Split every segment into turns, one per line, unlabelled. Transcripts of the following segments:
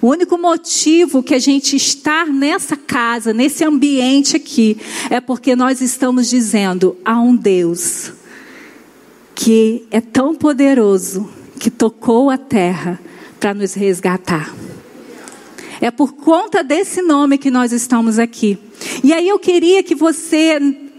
O único motivo que a gente está nessa casa, nesse ambiente aqui, é porque nós estamos dizendo: há um Deus que é tão poderoso, que tocou a terra para nos resgatar. É por conta desse nome que nós estamos aqui. E aí eu queria que você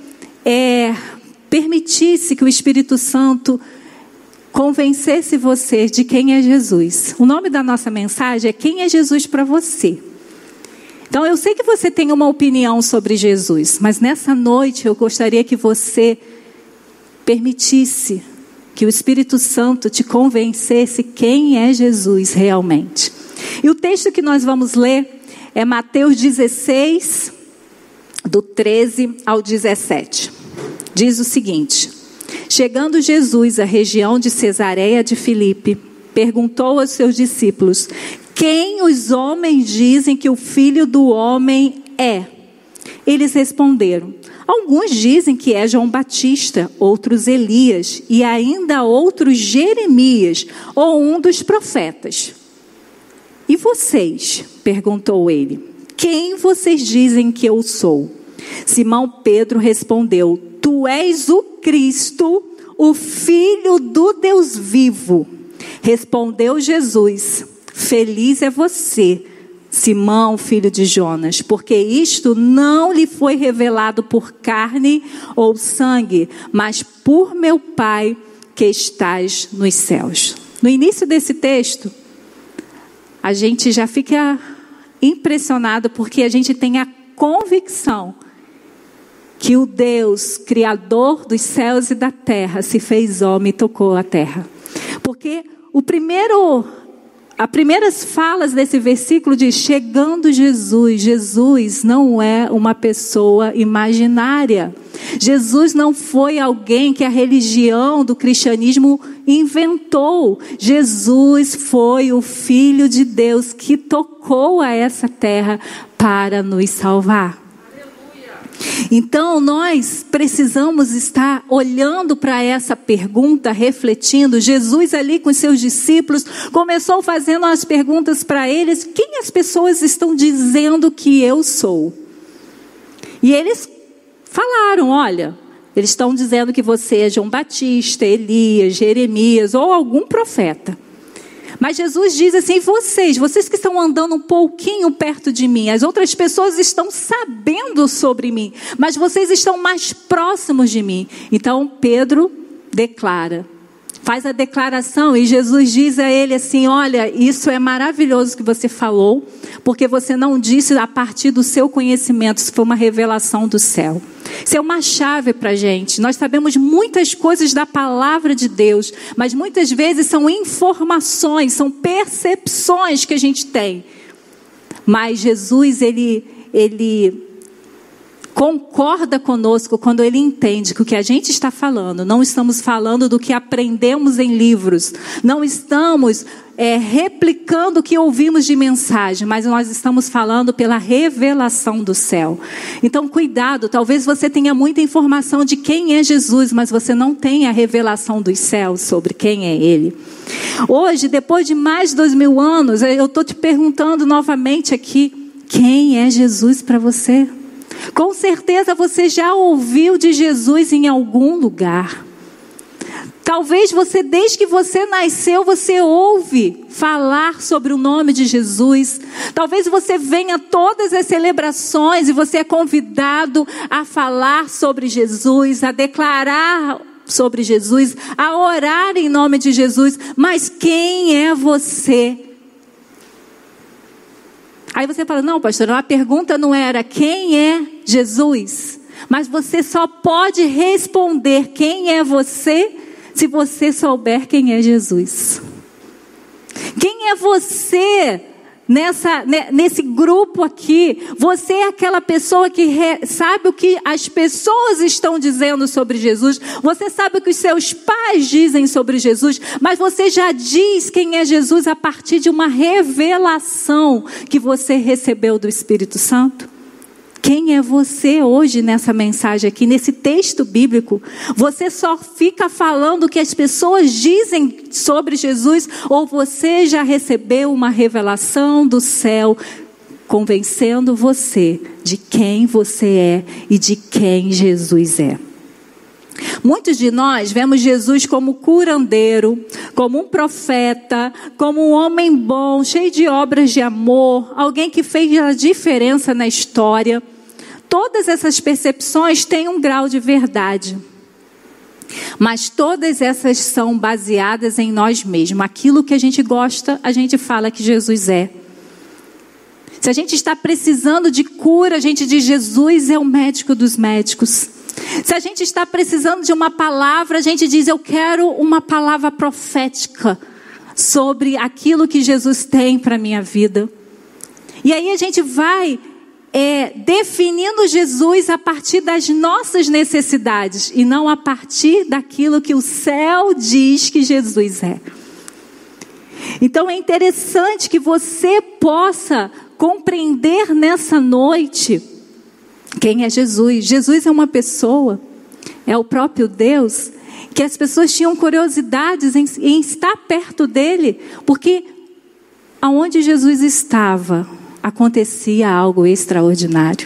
permitisse que o Espírito Santo convencesse você de quem é Jesus. O nome da nossa mensagem é: quem é Jesus para você? Então eu sei que você tem uma opinião sobre Jesus, mas nessa noite eu gostaria que você permitisse que o Espírito Santo te convencesse quem é Jesus realmente. E o texto que nós vamos ler é Mateus 16, do 13 ao 17. Diz o seguinte: chegando Jesus à região de Cesareia de Filipe, perguntou aos seus discípulos: quem os homens dizem que o Filho do Homem é? Eles responderam: alguns dizem que é João Batista, outros Elias e ainda outros Jeremias ou um dos profetas. E vocês? Perguntou ele. Quem vocês dizem que eu sou? Simão Pedro respondeu: tu és o Cristo, o Filho do Deus vivo. Respondeu Jesus: feliz é você, Simão, filho de Jonas, porque isto não lhe foi revelado por carne ou sangue, mas por meu Pai que estás nos céus. No início desse texto, a gente já fica impressionado porque a gente tem a convicção que o Deus, Criador dos céus e da terra, se fez homem e tocou a terra. Porque as primeiras falas desse versículo diz: chegando Jesus. Jesus não é uma pessoa imaginária. Jesus não foi alguém que a religião do cristianismo inventou. Jesus foi o Filho de Deus que tocou a essa terra para nos salvar. Então nós precisamos estar olhando para essa pergunta, refletindo. Jesus ali com seus discípulos começou fazendo as perguntas para eles: quem as pessoas estão dizendo que eu sou? E eles falaram: olha, eles estão dizendo que você é João Batista, Elias, Jeremias ou algum profeta. Mas Jesus diz assim: vocês que estão andando um pouquinho perto de mim, as outras pessoas estão sabendo sobre mim, mas vocês estão mais próximos de mim. Então Pedro faz a declaração, e Jesus diz a ele assim: olha, isso é maravilhoso que você falou, porque você não disse a partir do seu conhecimento, isso foi uma revelação do céu. Isso é uma chave para a gente. Nós sabemos muitas coisas da palavra de Deus, mas muitas vezes são informações, são percepções que a gente tem. Mas Jesus, ele concorda conosco quando ele entende que o que a gente está falando, não estamos falando do que aprendemos em livros, não estamos replicando o que ouvimos de mensagem, mas nós estamos falando pela revelação do céu. Então cuidado, talvez você tenha muita informação de quem é Jesus, mas você não tem a revelação dos céus sobre quem é Ele. Hoje, depois de mais de 2000 anos, eu estou te perguntando novamente aqui: quem é Jesus para você? Com certeza você já ouviu de Jesus em algum lugar. Talvez você, desde que você nasceu, você ouve falar sobre o nome de Jesus. Talvez você venha a todas as celebrações e você é convidado a falar sobre Jesus, a declarar sobre Jesus, a orar em nome de Jesus. Mas quem é você? Aí você fala: não, pastor, a pergunta não era quem é Jesus, mas você só pode responder quem é você se você souber quem é Jesus. Quem é você nesse grupo aqui? Você é aquela pessoa que sabe o que as pessoas estão dizendo sobre Jesus. Você sabe o que os seus pais dizem sobre Jesus. Mas você já diz quem é Jesus a partir de uma revelação que você recebeu do Espírito Santo? Quem é você hoje nessa mensagem aqui, nesse texto bíblico? Você só fica falando o que as pessoas dizem sobre Jesus, ou você já recebeu uma revelação do céu, convencendo você de quem você é e de quem Jesus é? Muitos de nós vemos Jesus como curandeiro, como um profeta, como um homem bom, cheio de obras de amor, alguém que fez a diferença na história. Todas essas percepções têm um grau de verdade, mas todas essas são baseadas em nós mesmos. Aquilo que a gente gosta, a gente fala que Jesus é. Se a gente está precisando de cura, a gente diz: Jesus é o médico dos médicos. Se a gente está precisando de uma palavra, a gente diz: eu quero uma palavra profética sobre aquilo que Jesus tem para a minha vida. E aí a gente vai definindo Jesus a partir das nossas necessidades e não a partir daquilo que o céu diz que Jesus é. Então é interessante que você possa compreender nessa noite quem é Jesus. Jesus é uma pessoa, é o próprio Deus, que as pessoas tinham curiosidades em estar perto dele, porque aonde Jesus estava, acontecia algo extraordinário.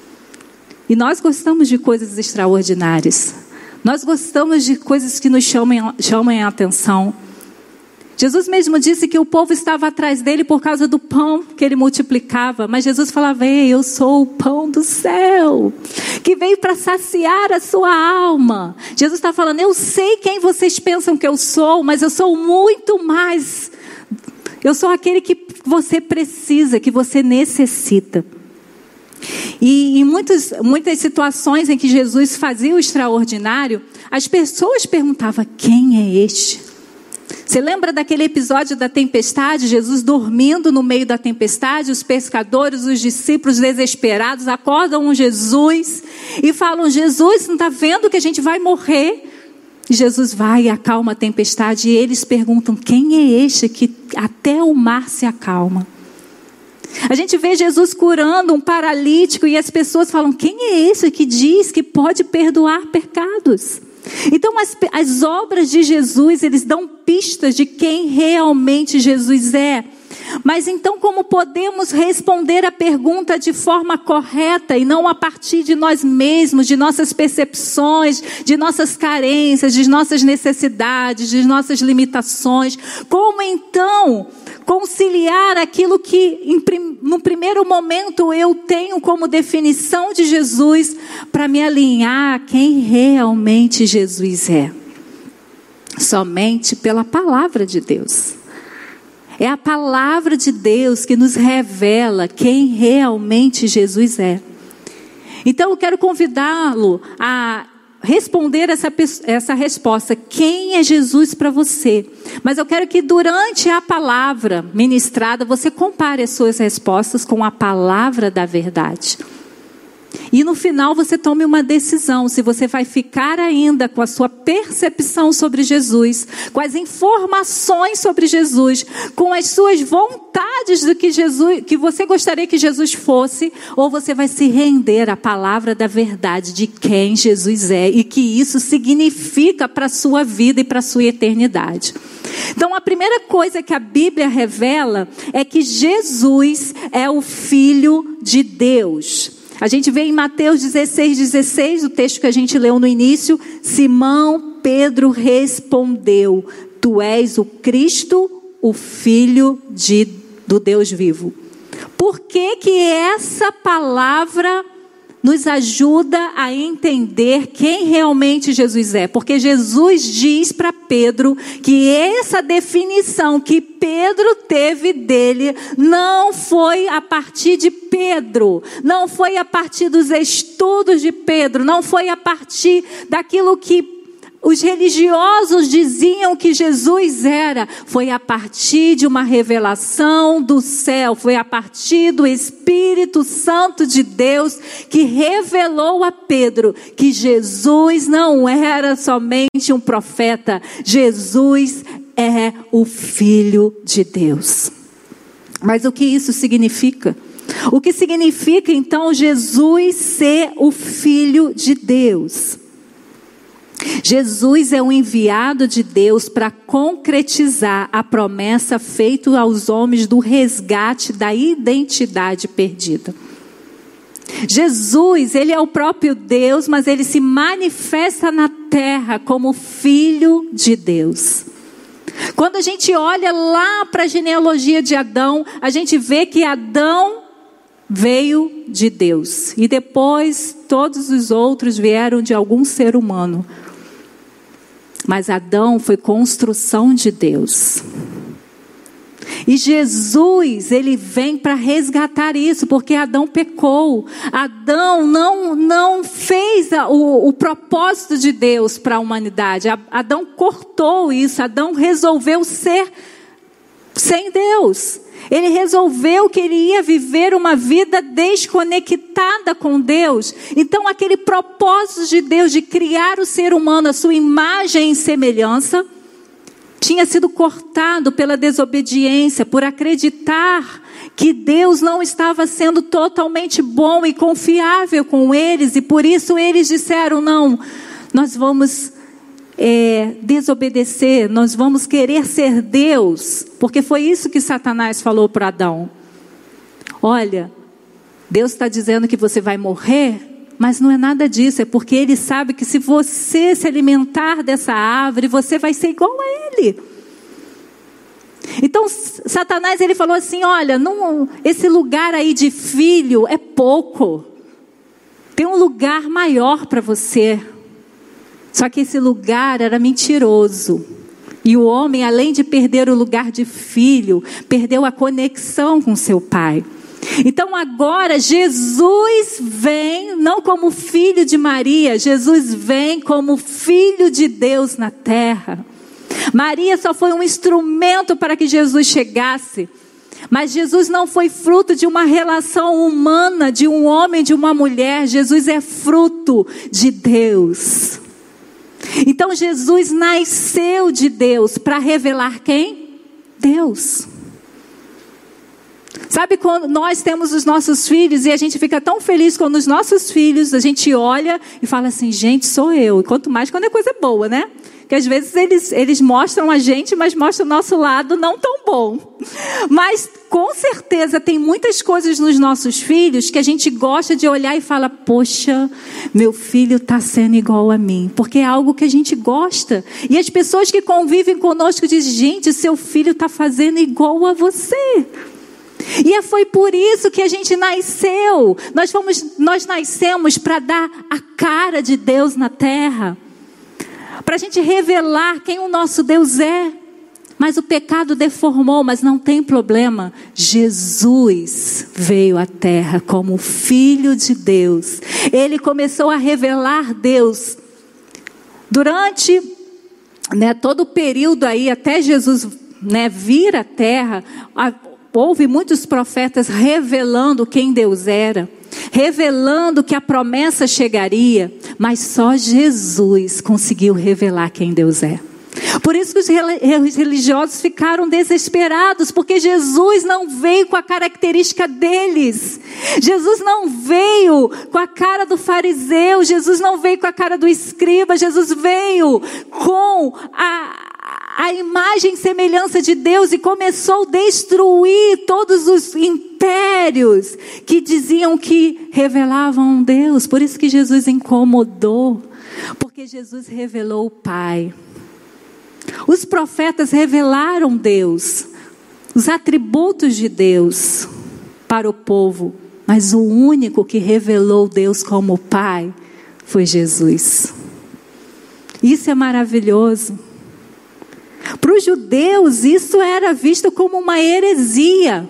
E nós gostamos de coisas extraordinárias. Nós gostamos de coisas que nos chamem a atenção. Jesus mesmo disse que o povo estava atrás dele por causa do pão que ele multiplicava. Mas Jesus falava: ei, eu sou o pão do céu, que veio para saciar a sua alma. Jesus está falando: eu sei quem vocês pensam que eu sou, mas eu sou muito mais. Eu sou aquele que você precisa, que você necessita. E em muitas situações em que Jesus fazia o extraordinário, as pessoas perguntavam: quem é este? Você lembra daquele episódio da tempestade? Jesus dormindo no meio da tempestade, os pescadores, os discípulos desesperados acordam Jesus e falam: Jesus, não está vendo que a gente vai morrer? Jesus vai e acalma a tempestade, e eles perguntam: quem é este que até o mar se acalma? A gente vê Jesus curando um paralítico e as pessoas falam: quem é esse que diz que pode perdoar pecados? Então as obras de Jesus, eles dão pistas de quem realmente Jesus é. Mas então, como podemos responder a pergunta de forma correta e não a partir de nós mesmos, de nossas percepções, de nossas carências, de nossas necessidades, de nossas limitações? Como então conciliar aquilo que no primeiro momento eu tenho como definição de Jesus para me alinhar a quem realmente Jesus é? Somente pela palavra de Deus. É a palavra de Deus que nos revela quem realmente Jesus é. Então eu quero convidá-lo a responder essa resposta: quem é Jesus para você? Mas eu quero que durante a palavra ministrada você compare as suas respostas com a palavra da verdade. E no final você tome uma decisão, se você vai ficar ainda com a sua percepção sobre Jesus, com as informações sobre Jesus, com as suas vontades do que você gostaria que Jesus fosse, ou você vai se render à palavra da verdade de quem Jesus é e que isso significa para a sua vida e para a sua eternidade. Então a primeira coisa que a Bíblia revela é que Jesus é o Filho de Deus. A gente vê em Mateus 16:16, o texto que a gente leu no início: Simão Pedro respondeu: tu és o Cristo, o Filho do Deus vivo. Por que que essa palavra nos ajuda a entender quem realmente Jesus é? Porque Jesus diz para Pedro que essa definição que Pedro teve dele não foi a partir de Pedro, não foi a partir dos estudos de Pedro, não foi a partir daquilo que os religiosos diziam que Jesus era. Foi a partir de uma revelação do céu, foi a partir do Espírito Santo de Deus que revelou a Pedro que Jesus não era somente um profeta, Jesus é o Filho de Deus. Mas o que isso significa? O que significa então Jesus ser o Filho de Deus? Jesus é o enviado de Deus para concretizar a promessa feita aos homens do resgate da identidade perdida. Jesus, ele é o próprio Deus, mas ele se manifesta na terra como Filho de Deus. Quando a gente olha lá para a genealogia de Adão, a gente vê que Adão veio de Deus. E depois todos os outros vieram de algum ser humano. Mas Adão foi construção de Deus. E Jesus, ele vem para resgatar isso, porque Adão pecou. Adão não fez o propósito de Deus para a humanidade. Adão cortou isso, Adão resolveu ser sem Deus. Ele resolveu que ele ia viver uma vida desconectada com Deus. Então aquele propósito de Deus de criar o ser humano à sua imagem e semelhança tinha sido cortado pela desobediência, por acreditar que Deus não estava sendo totalmente bom e confiável com eles. E por isso eles disseram, não, nós vamos desobedecer, nós vamos querer ser Deus. Porque foi isso que Satanás falou para Adão. Olha, Deus está dizendo que você vai morrer, mas não é nada disso, é porque ele sabe que se você se alimentar dessa árvore, você vai ser igual a ele. Então Satanás, ele falou assim, olha, esse lugar aí de filho é pouco, tem um lugar maior para você. Só que esse lugar era mentiroso. E o homem, além de perder o lugar de filho, perdeu a conexão com seu pai. Então agora Jesus vem, não como filho de Maria, Jesus vem como filho de Deus na terra. Maria só foi um instrumento para que Jesus chegasse. Mas Jesus não foi fruto de uma relação humana, de um homem e de uma mulher. Jesus é fruto de Deus. Então Jesus nasceu de Deus para revelar quem? Deus. Sabe quando nós temos os nossos filhos e a gente fica tão feliz quando os nossos filhos, a gente olha e fala assim, gente, sou eu. E quanto mais quando é coisa boa, né? Porque às vezes eles mostram a gente, mas mostram o nosso lado não tão bom. Mas com certeza tem muitas coisas nos nossos filhos que a gente gosta de olhar e fala, poxa, meu filho está sendo igual a mim. Porque é algo que a gente gosta. E as pessoas que convivem conosco dizem, gente, seu filho está fazendo igual a você. E foi por isso que a gente nasceu. Nós nascemos para dar a cara de Deus na terra. Para a gente revelar quem o nosso Deus é. Mas o pecado deformou, mas não tem problema. Jesus veio à terra como Filho de Deus. Ele começou a revelar Deus. Durante todo o período aí, até Jesus vir à terra, houve muitos profetas revelando quem Deus era. Revelando que a promessa chegaria, mas só Jesus conseguiu revelar quem Deus é. Por isso que os religiosos ficaram desesperados, porque Jesus não veio com a característica deles. Jesus não veio com a cara do fariseu, Jesus não veio com a cara do escriba, Jesus veio com a imagem e semelhança de Deus e começou a destruir todos os impérios que diziam que revelavam Deus. Por isso que Jesus incomodou, porque Jesus revelou o Pai. Os profetas revelaram Deus, os atributos de Deus para o povo, mas o único que revelou Deus como Pai foi Jesus. Isso é maravilhoso. Para os judeus isso era visto como uma heresia.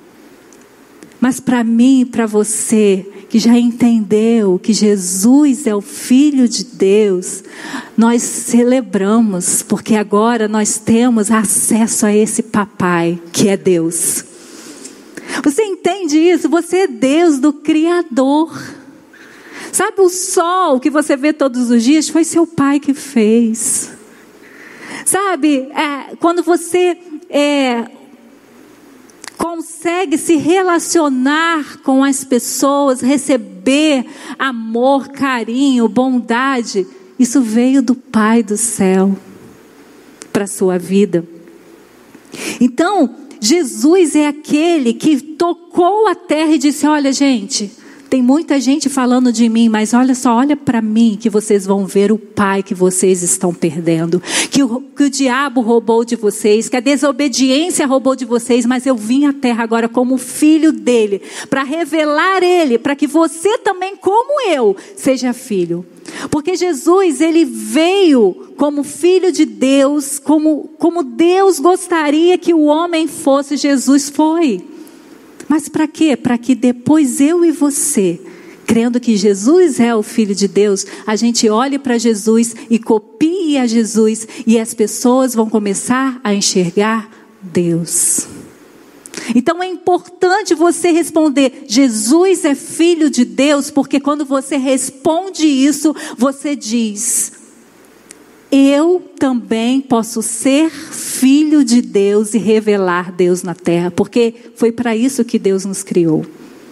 Mas para mim e para você, que já entendeu que Jesus é o Filho de Deus, nós celebramos, porque agora nós temos acesso a esse papai, que é Deus. Você entende isso? Você é Deus do Criador. Sabe, o sol que você vê todos os dias foi seu pai que fez. Sabe, quando você consegue se relacionar com as pessoas, receber amor, carinho, bondade, isso veio do Pai do céu para a sua vida. Então, Jesus é aquele que tocou a terra e disse: olha, gente, tem muita gente falando de mim, mas olha só, olha para mim que vocês vão ver o Pai que vocês estão perdendo, que o diabo roubou de vocês, que a desobediência roubou de vocês, mas eu vim à terra agora como filho dele, para revelar ele, para que você também, como eu, seja filho. Porque Jesus, ele veio como filho de Deus, como Deus gostaria que o homem fosse, Jesus foi. Mas para quê? Para que depois eu e você, crendo que Jesus é o Filho de Deus, a gente olhe para Jesus e copie a Jesus, e as pessoas vão começar a enxergar Deus. Então é importante você responder: Jesus é Filho de Deus, porque quando você responde isso, você diz: eu também posso ser filho de Deus e revelar Deus na terra, porque foi para isso que Deus nos criou.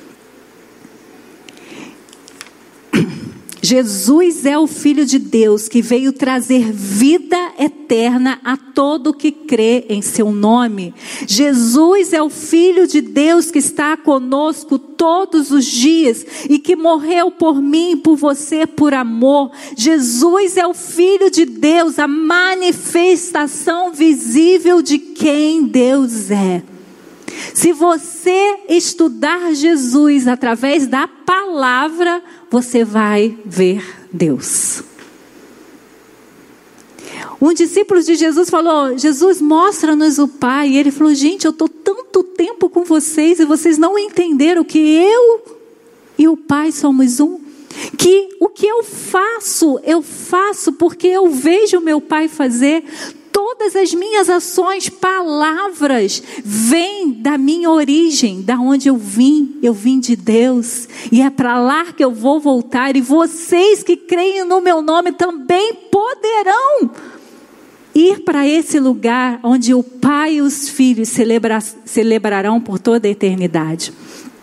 Jesus é o Filho de Deus que veio trazer vida eterna a todo que crê em seu nome. Jesus é o Filho de Deus que está conosco todos os dias e que morreu por mim, por você, por amor. Jesus é o Filho de Deus, a manifestação visível de quem Deus é. Se você estudar Jesus através da palavra, você vai ver Deus. Um discípulo de Jesus falou: Jesus, mostra-nos o Pai. E ele falou: gente, eu estou tanto tempo com vocês e vocês não entenderam que eu e o Pai somos um. Que o que eu faço porque eu vejo o meu Pai fazer. Todas as minhas ações, palavras, vêm da minha origem, da onde eu vim de Deus, e é para lá que eu vou voltar, e vocês que creem no meu nome também poderão ir para esse lugar onde o Pai e os filhos celebrarão por toda a eternidade.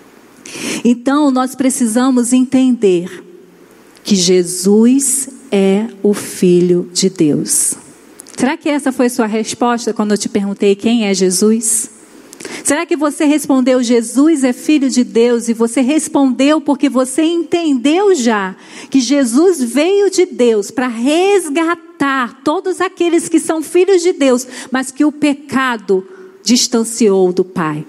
Então nós precisamos entender que Jesus é o Filho de Deus. Será que essa foi sua resposta quando eu te perguntei quem é Jesus? Será que você respondeu: Jesus é Filho de Deus, e você respondeu porque você entendeu já que Jesus veio de Deus para resgatar todos aqueles que são filhos de Deus, mas que o pecado distanciou do Pai?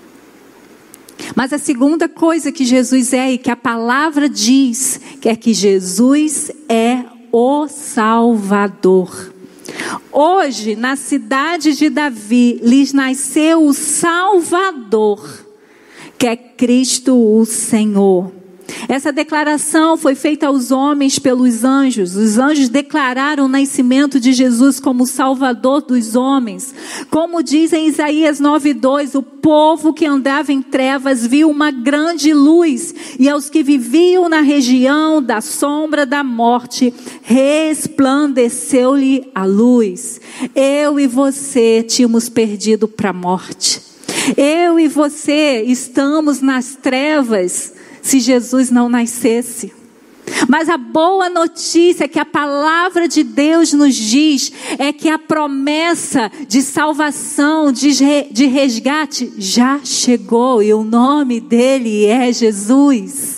Mas a segunda coisa que Jesus é, e que a palavra diz, é que Jesus é o Salvador. Hoje, na cidade de Davi, lhes nasceu o Salvador, que é Cristo o Senhor. Essa declaração foi feita aos homens pelos anjos. Os anjos declararam o nascimento de Jesus como Salvador dos homens. Como diz em Isaías 9:2, o povo que andava em trevas viu uma grande luz, e aos que viviam na região da sombra da morte, resplandeceu-lhe a luz. Eu e você tínhamos perdido para a morte. Eu e você estamos nas trevas se Jesus não nascesse. Mas a boa notícia que a palavra de Deus nos diz é que a promessa de salvação, de resgate já chegou, e o nome dele é Jesus.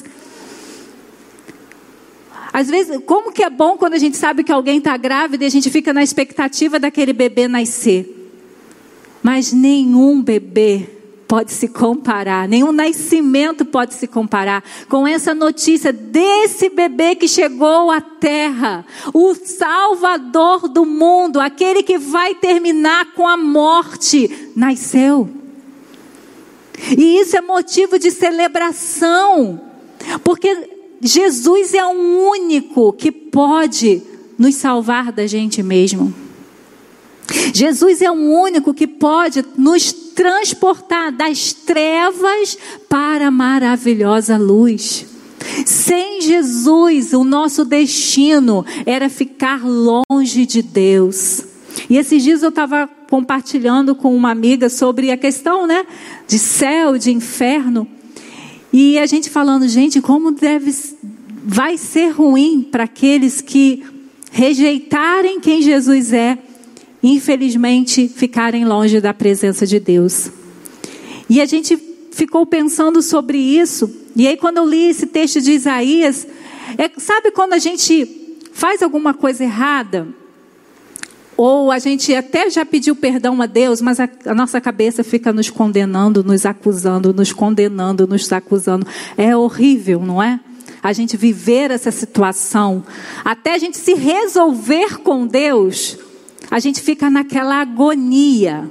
Às vezes, como que é bom quando a gente sabe que alguém está grávida e a gente fica na expectativa daquele bebê nascer. Mas nenhum bebê pode se comparar, nenhum nascimento pode se comparar com essa notícia desse bebê que chegou à terra, o Salvador do mundo, aquele que vai terminar com a morte, nasceu. E isso é motivo de celebração, porque Jesus é o único que pode nos salvar da gente mesmo. Jesus é o único que pode nos transportar das trevas para a maravilhosa luz. Sem Jesus, o nosso destino era ficar longe de Deus. E esses dias eu estava compartilhando com uma amiga sobre a questão, né, de céu, de inferno. E a gente falando, gente, como vai ser ruim para aqueles que rejeitarem quem Jesus é, infelizmente ficarem longe da presença de Deus. E a gente ficou pensando sobre isso. E aí quando eu li esse texto de Isaías, sabe quando a gente faz alguma coisa errada? Ou a gente até já pediu perdão a Deus, mas a nossa cabeça fica nos condenando, nos acusando, nos condenando, nos acusando. É horrível, não é? A gente viver essa situação, até a gente se resolver com Deus, a gente fica naquela agonia.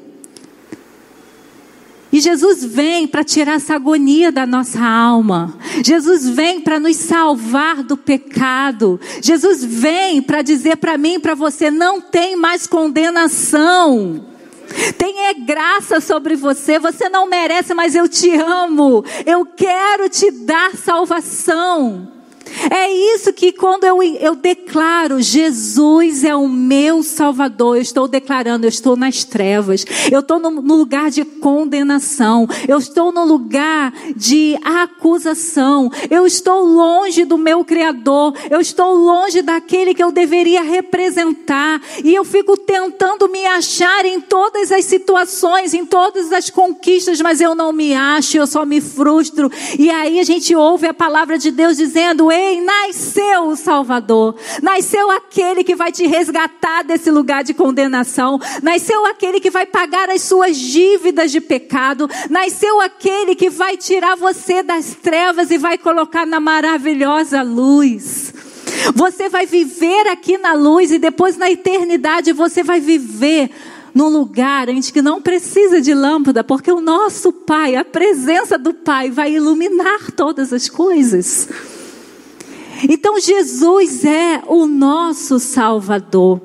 E Jesus vem para tirar essa agonia da nossa alma. Jesus vem para nos salvar do pecado. Jesus vem para dizer para mim e para você, não tem mais condenação. Tem graça sobre você, você não merece, mas eu te amo. Eu quero te dar salvação. É isso que quando eu declaro, Jesus é o meu Salvador, eu estou declarando, eu estou nas trevas, eu estou no lugar de condenação, eu estou no lugar de acusação, eu estou longe do meu Criador, eu estou longe daquele que eu deveria representar, e eu fico tentando me achar em todas as situações, em todas as conquistas, mas eu não me acho, eu só me frustro. E aí a gente ouve a palavra de Deus dizendo, ei, nasceu o Salvador, nasceu aquele que vai te resgatar desse lugar de condenação, nasceu aquele que vai pagar as suas dívidas de pecado, nasceu aquele que vai tirar você das trevas e vai colocar na maravilhosa luz. Você vai viver aqui na luz e depois na eternidade você vai viver num lugar em que não precisa de lâmpada, porque o nosso Pai, a presença do Pai vai iluminar todas as coisas. Então Jesus é o nosso Salvador,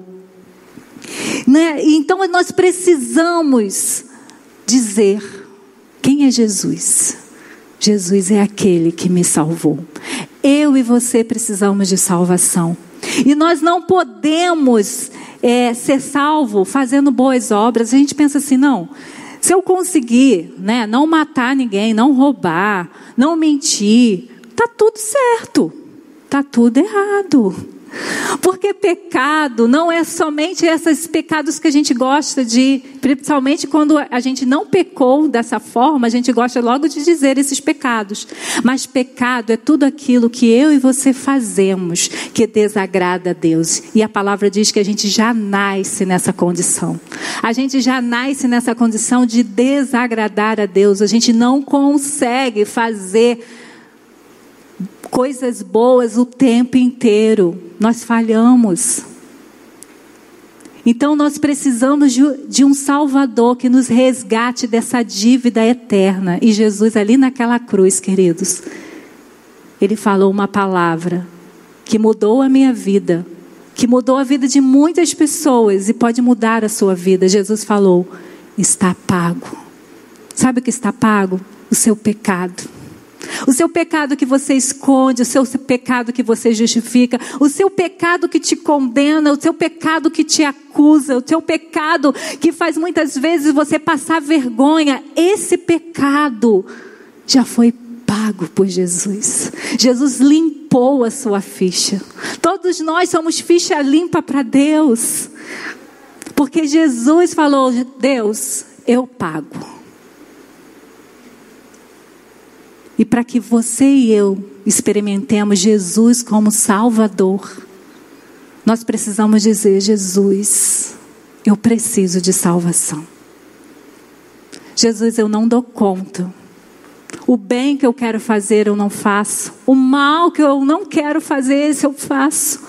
né? Então nós precisamos dizer, quem é Jesus? Jesus é aquele que me salvou. Eu e você precisamos de salvação. E nós não podemos ser salvo fazendo boas obras. A gente pensa assim, não, se eu conseguir, né, não matar ninguém, não roubar, não mentir, tá tudo certo. Está tudo errado. Porque pecado não é somente esses pecados que a gente gosta de, principalmente quando a gente não pecou dessa forma, a gente gosta logo de dizer esses pecados. Mas pecado é tudo aquilo que eu e você fazemos que desagrada a Deus. E a palavra diz que a gente já nasce nessa condição. A gente já nasce nessa condição de desagradar a Deus. A gente não consegue fazer coisas boas o tempo inteiro. Nós falhamos. Então nós precisamos de um Salvador que nos resgate dessa dívida eterna. E Jesus ali naquela cruz, queridos, Ele falou uma palavra que mudou a minha vida, que mudou a vida de muitas pessoas e pode mudar a sua vida. Jesus falou, está pago. Sabe o que está pago? O seu pecado. O seu pecado que você esconde, o seu pecado que você justifica, o seu pecado que te condena, o seu pecado que te acusa, o seu pecado que faz muitas vezes você passar vergonha. Esse pecado já foi pago por Jesus. Jesus limpou a sua ficha. Todos nós somos ficha limpa para Deus. Porque Jesus falou, Deus, eu pago. E para que você e eu experimentemos Jesus como Salvador, nós precisamos dizer, Jesus, eu preciso de salvação. Jesus, eu não dou conta. O bem que eu quero fazer eu não faço. O mal que eu não quero fazer, esse eu faço.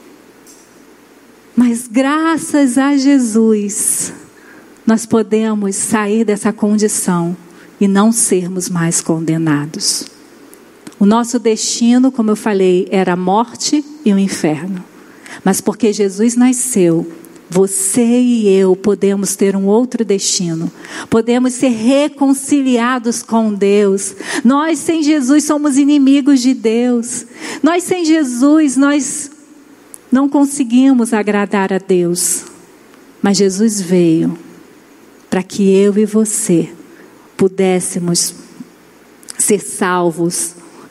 Mas graças a Jesus, nós podemos sair dessa condição e não sermos mais condenados. O nosso destino, como eu falei, era a morte e o inferno. Mas porque Jesus nasceu, você e eu podemos ter um outro destino. Podemos ser reconciliados com Deus. Nós sem Jesus somos inimigos de Deus. Nós sem Jesus, nós não conseguimos agradar a Deus. Mas Jesus veio para que eu e você pudéssemos ser salvos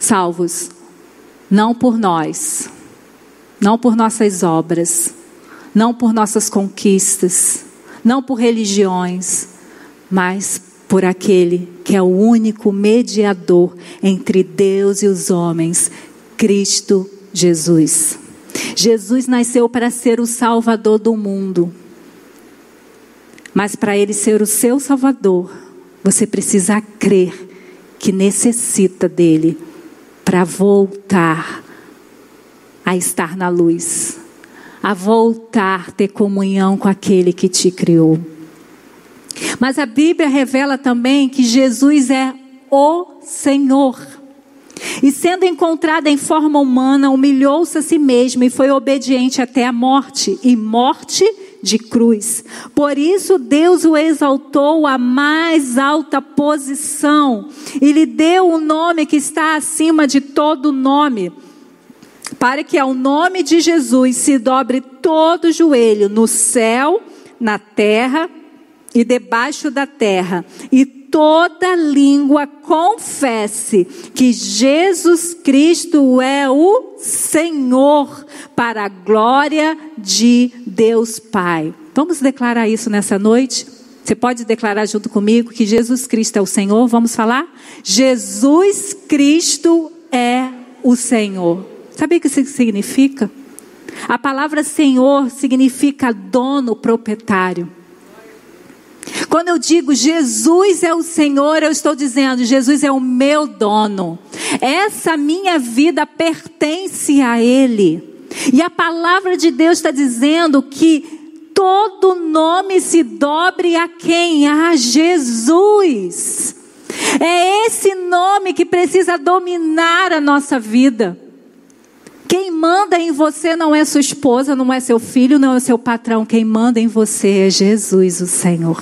não por nós, não por nossas obras, não por nossas conquistas, não por religiões, mas por aquele que é o único mediador entre Deus e os homens, Cristo Jesus. Jesus nasceu para ser o Salvador do mundo, mas para Ele ser o seu Salvador, você precisa crer que necessita dele para voltar a estar na luz, a voltar a ter comunhão com aquele que te criou. Mas a Bíblia revela também que Jesus é o Senhor. E sendo encontrado em forma humana, humilhou-se a si mesmo e foi obediente até a morte, e morte de cruz. Por isso Deus o exaltou à mais alta posição e lhe deu um nome que está acima de todo nome, para que ao nome de Jesus se dobre todo joelho no céu, na terra e debaixo da terra, e toda língua confesse que Jesus Cristo é o Senhor, para a glória de Deus Pai. Vamos declarar isso nessa noite? Você pode declarar junto comigo que Jesus Cristo é o Senhor? Vamos falar? Jesus Cristo é o Senhor. Sabe o que isso significa? A palavra Senhor significa dono, proprietário. Quando eu digo Jesus é o Senhor, eu estou dizendo Jesus é o meu dono. Essa minha vida pertence a Ele. E a palavra de Deus está dizendo que todo nome se dobre a quem? A Jesus. É esse nome que precisa dominar a nossa vida. Quem manda em você não é sua esposa, não é seu filho, não é seu patrão. Quem manda em você é Jesus, o Senhor.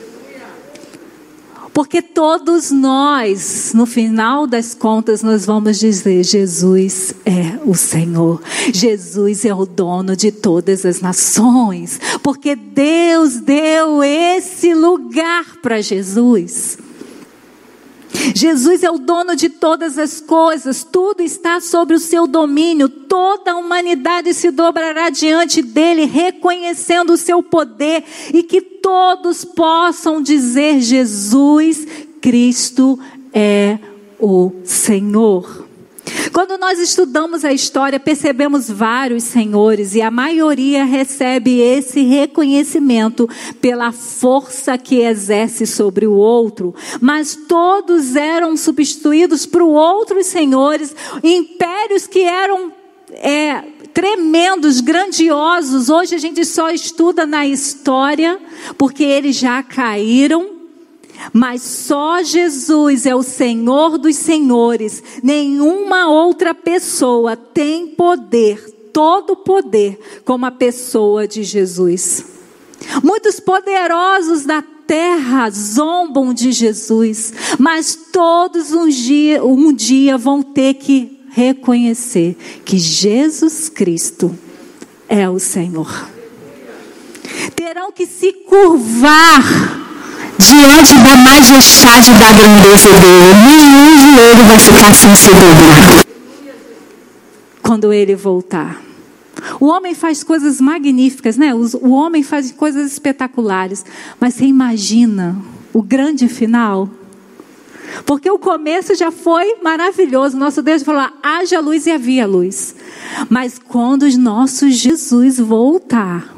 Porque todos nós, no final das contas, nós vamos dizer: Jesus é o Senhor. Jesus é o dono de todas as nações. Porque Deus deu esse lugar para Jesus. Jesus é o dono de todas as coisas, tudo está sob o seu domínio, toda a humanidade se dobrará diante dele, reconhecendo o seu poder, e que todos possam dizer: Jesus Cristo é o Senhor. Quando nós estudamos a história, percebemos vários senhores, e a maioria recebe esse reconhecimento pela força que exerce sobre o outro, mas todos eram substituídos por outros senhores, impérios que eram tremendos, grandiosos. Hoje a gente só estuda na história, porque eles já caíram. Mas só Jesus é o Senhor dos senhores. Nenhuma outra pessoa tem poder, todo poder, como a pessoa de Jesus. Muitos poderosos da terra zombam de Jesus, mas todos um dia vão ter que reconhecer que Jesus Cristo é o Senhor. Terão que se curvar diante da majestade e da grandeza dele. Nenhum joelho vai ficar sem se dobrar quando ele voltar. O homem faz coisas magníficas, né? O homem faz coisas espetaculares. Mas você imagina o grande final? Porque o começo já foi maravilhoso. Nosso Deus falou: haja luz, e havia luz. Mas quando o nosso Jesus voltar,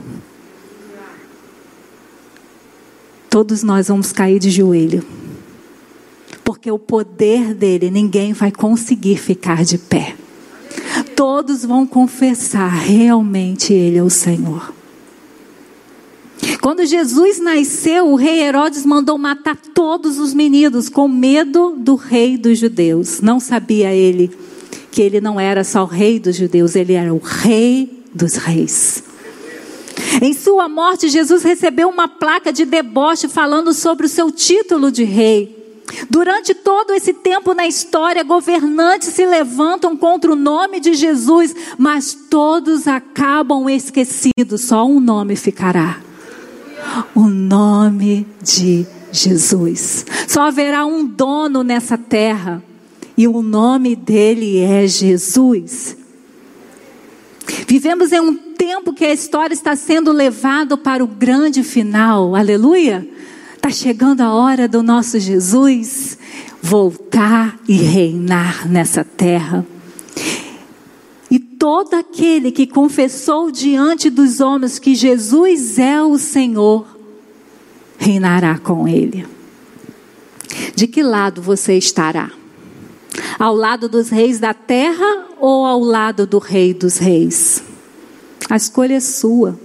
todos nós vamos cair de joelho. Porque o poder dele, ninguém vai conseguir ficar de pé. Todos vão confessar: realmente ele é o Senhor. Quando Jesus nasceu, o rei Herodes mandou matar todos os meninos, com medo do rei dos judeus. Não sabia ele que ele não era só o rei dos judeus, ele era o rei dos reis. Em sua morte, Jesus recebeu uma placa de deboche falando sobre o seu título de rei. Durante todo esse tempo na história, governantes se levantam contra o nome de Jesus, mas todos acabam esquecidos, só um nome ficará: O nome de Jesus. Só haverá um dono nessa terra. E o nome dele é Jesus. Vivemos em um tempo que a história está sendo levada para o grande final. Aleluia. Está chegando a hora do nosso Jesus voltar e reinar nessa terra. E todo aquele que confessou diante dos homens que Jesus é o Senhor, reinará com ele. De que lado você estará? Ao lado dos reis da terra ou ao lado do Rei dos Reis? A escolha é sua.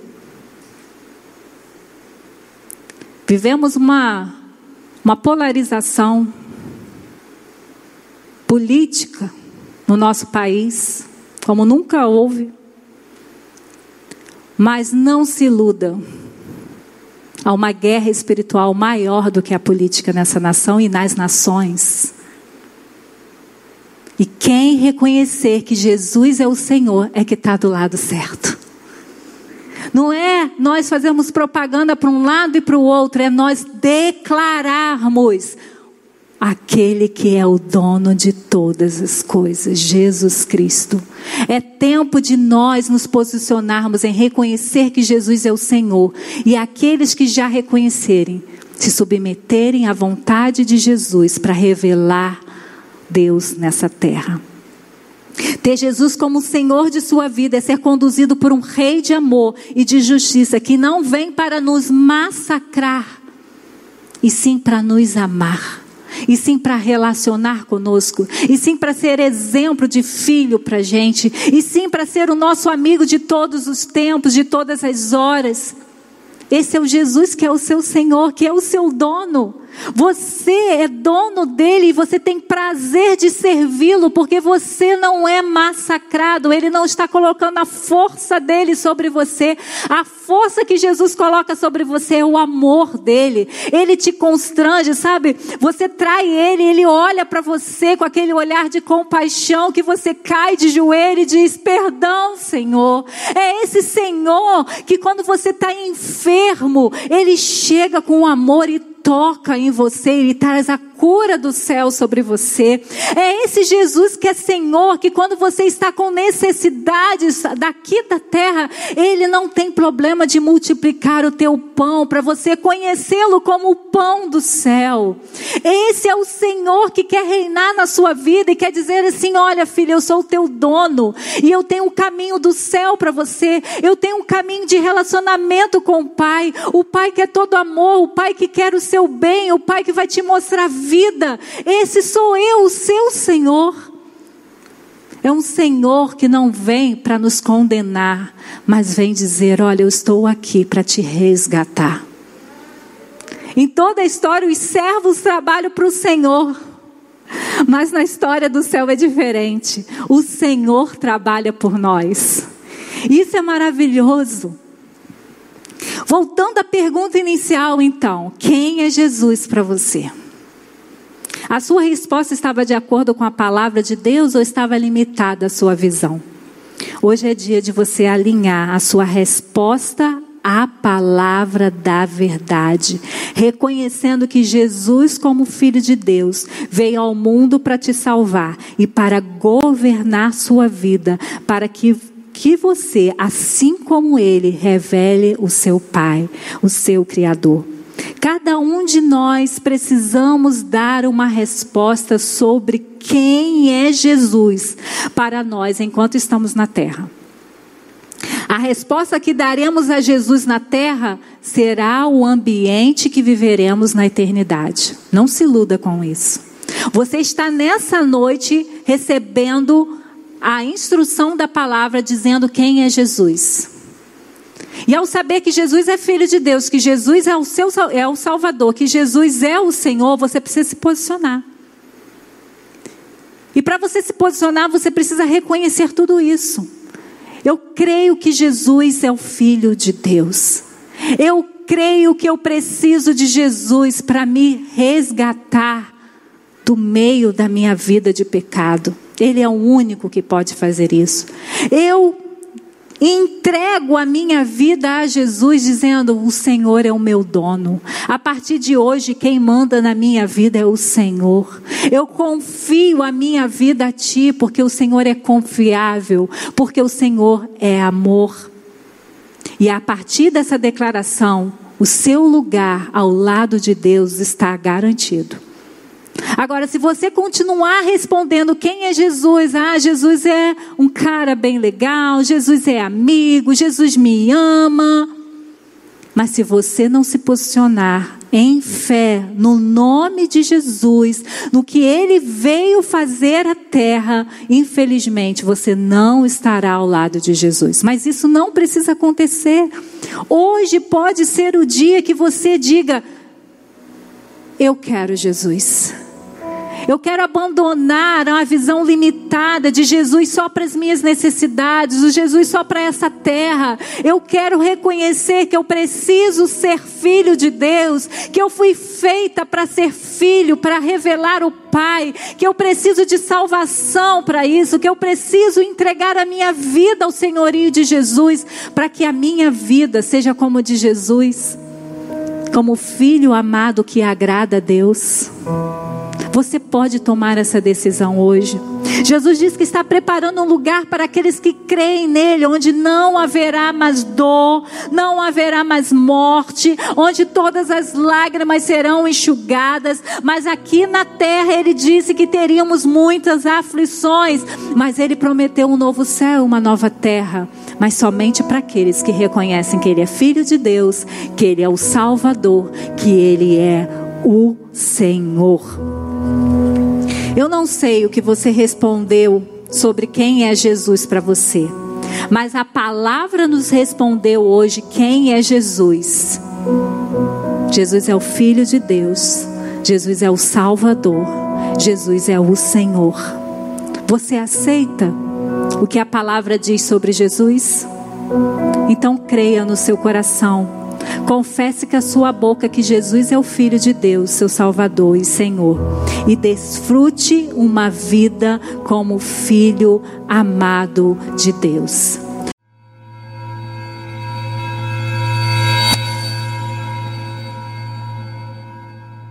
Vivemos uma polarização política no nosso país, como nunca houve. Mas não se iluda. Há uma guerra espiritual maior do que a política nessa nação e nas nações. E quem reconhecer que Jesus é o Senhor é que está do lado certo. Não é nós fazermos propaganda para um lado e para o outro, é nós declararmos aquele que é o dono de todas as coisas, Jesus Cristo. É tempo de nós nos posicionarmos em reconhecer que Jesus é o Senhor. E aqueles que já reconhecerem, se submeterem à vontade de Jesus para revelar Deus nessa terra. Ter Jesus como Senhor de sua vida é ser conduzido por um rei de amor e de justiça que não vem para nos massacrar, e sim para nos amar, e sim para relacionar conosco, e sim para ser exemplo de filho para a gente, e sim para ser o nosso amigo de todos os tempos, de todas as horas. Esse é o Jesus que é o seu Senhor, que é o seu dono. Você é dono dele e você tem prazer de servi-lo, porque você não é massacrado. Ele não está colocando a força dele sobre você. A força que Jesus coloca sobre você é o amor dele. Ele te constrange, sabe? Você trai ele, ele olha para você com aquele olhar de compaixão que você cai de joelho e diz: perdão, Senhor. É esse Senhor que quando você está enfermo, ele chega com amor e toca em você, ele traz a cura do céu sobre você. É esse Jesus que é Senhor, que quando você está com necessidades daqui da terra, ele não tem problema de multiplicar o teu pão para você conhecê-lo como o pão do céu. Esse é o Senhor que quer reinar na sua vida e quer dizer assim: olha, filha, eu sou o teu dono e eu tenho um caminho do céu para você. Eu tenho um caminho de relacionamento com o Pai que é todo amor, o Pai que quer o seu bem, o Pai que vai te mostrar vida. Esse sou eu, o seu Senhor. É um Senhor que não vem para nos condenar, mas vem dizer: olha, eu estou aqui para te resgatar. Em toda a história os servos trabalham para o Senhor, mas na história do céu é diferente. O Senhor trabalha por nós. Isso é maravilhoso. Voltando à pergunta inicial, então, quem é Jesus para você? A sua resposta estava de acordo com a palavra de Deus ou estava limitada à sua visão? Hoje é dia de você alinhar a sua resposta à palavra da verdade, reconhecendo que Jesus, como Filho de Deus, veio ao mundo para te salvar e para governar sua vida, para que você, assim como ele, revele o seu Pai, o seu Criador. Cada um de nós precisamos dar uma resposta sobre quem é Jesus para nós enquanto estamos na terra. A resposta que daremos a Jesus na terra será o ambiente que viveremos na eternidade. Não se iluda com isso. Você está nessa noite recebendo a instrução da palavra dizendo quem é Jesus. E ao saber que Jesus é Filho de Deus, que Jesus é o Salvador, que Jesus é o Senhor, você precisa se posicionar. E para você se posicionar, você precisa reconhecer tudo isso. Eu creio que Jesus é o Filho de Deus. Eu creio que eu preciso de Jesus para me resgatar do meio da minha vida de pecado. Ele é o único que pode fazer isso. Eu entrego a minha vida a Jesus, dizendo: o Senhor é o meu dono. A partir de hoje, quem manda na minha vida é o Senhor. Eu confio a minha vida a Ti, porque o Senhor é confiável, porque o Senhor é amor. E a partir dessa declaração, o seu lugar ao lado de Deus está garantido. Agora, se você continuar respondendo quem é Jesus, Jesus é um cara bem legal, Jesus é amigo, Jesus me ama. Mas se você não se posicionar em fé, no nome de Jesus, no que Ele veio fazer à terra, infelizmente você não estará ao lado de Jesus. Mas isso não precisa acontecer. Hoje pode ser o dia que você diga: eu quero Jesus. Eu quero abandonar a visão limitada de Jesus só para as minhas necessidades, o Jesus só para essa terra. Eu quero reconhecer que eu preciso ser filho de Deus, que eu fui feita para ser filho, para revelar o Pai, que eu preciso de salvação para isso, que eu preciso entregar a minha vida ao senhorio de Jesus, para que a minha vida seja como de Jesus, como filho amado que agrada a Deus. Você pode tomar essa decisão hoje. Jesus diz que está preparando um lugar para aqueles que creem nele, onde não haverá mais dor, não haverá mais morte, onde todas as lágrimas serão enxugadas. Mas aqui na terra ele disse que teríamos muitas aflições, mas ele prometeu um novo céu, uma nova terra, mas somente para aqueles que reconhecem que ele é filho de Deus, que ele é o Salvador, que ele é o Senhor. Eu não sei o que você respondeu sobre quem é Jesus para você, mas a palavra nos respondeu hoje quem é Jesus. Jesus é o Filho de Deus, Jesus é o Salvador, Jesus é o Senhor. Você aceita o que a palavra diz sobre Jesus? Então creia no seu coração. Confesse com a sua boca que Jesus é o Filho de Deus, seu Salvador e Senhor. E desfrute uma vida como filho amado de Deus.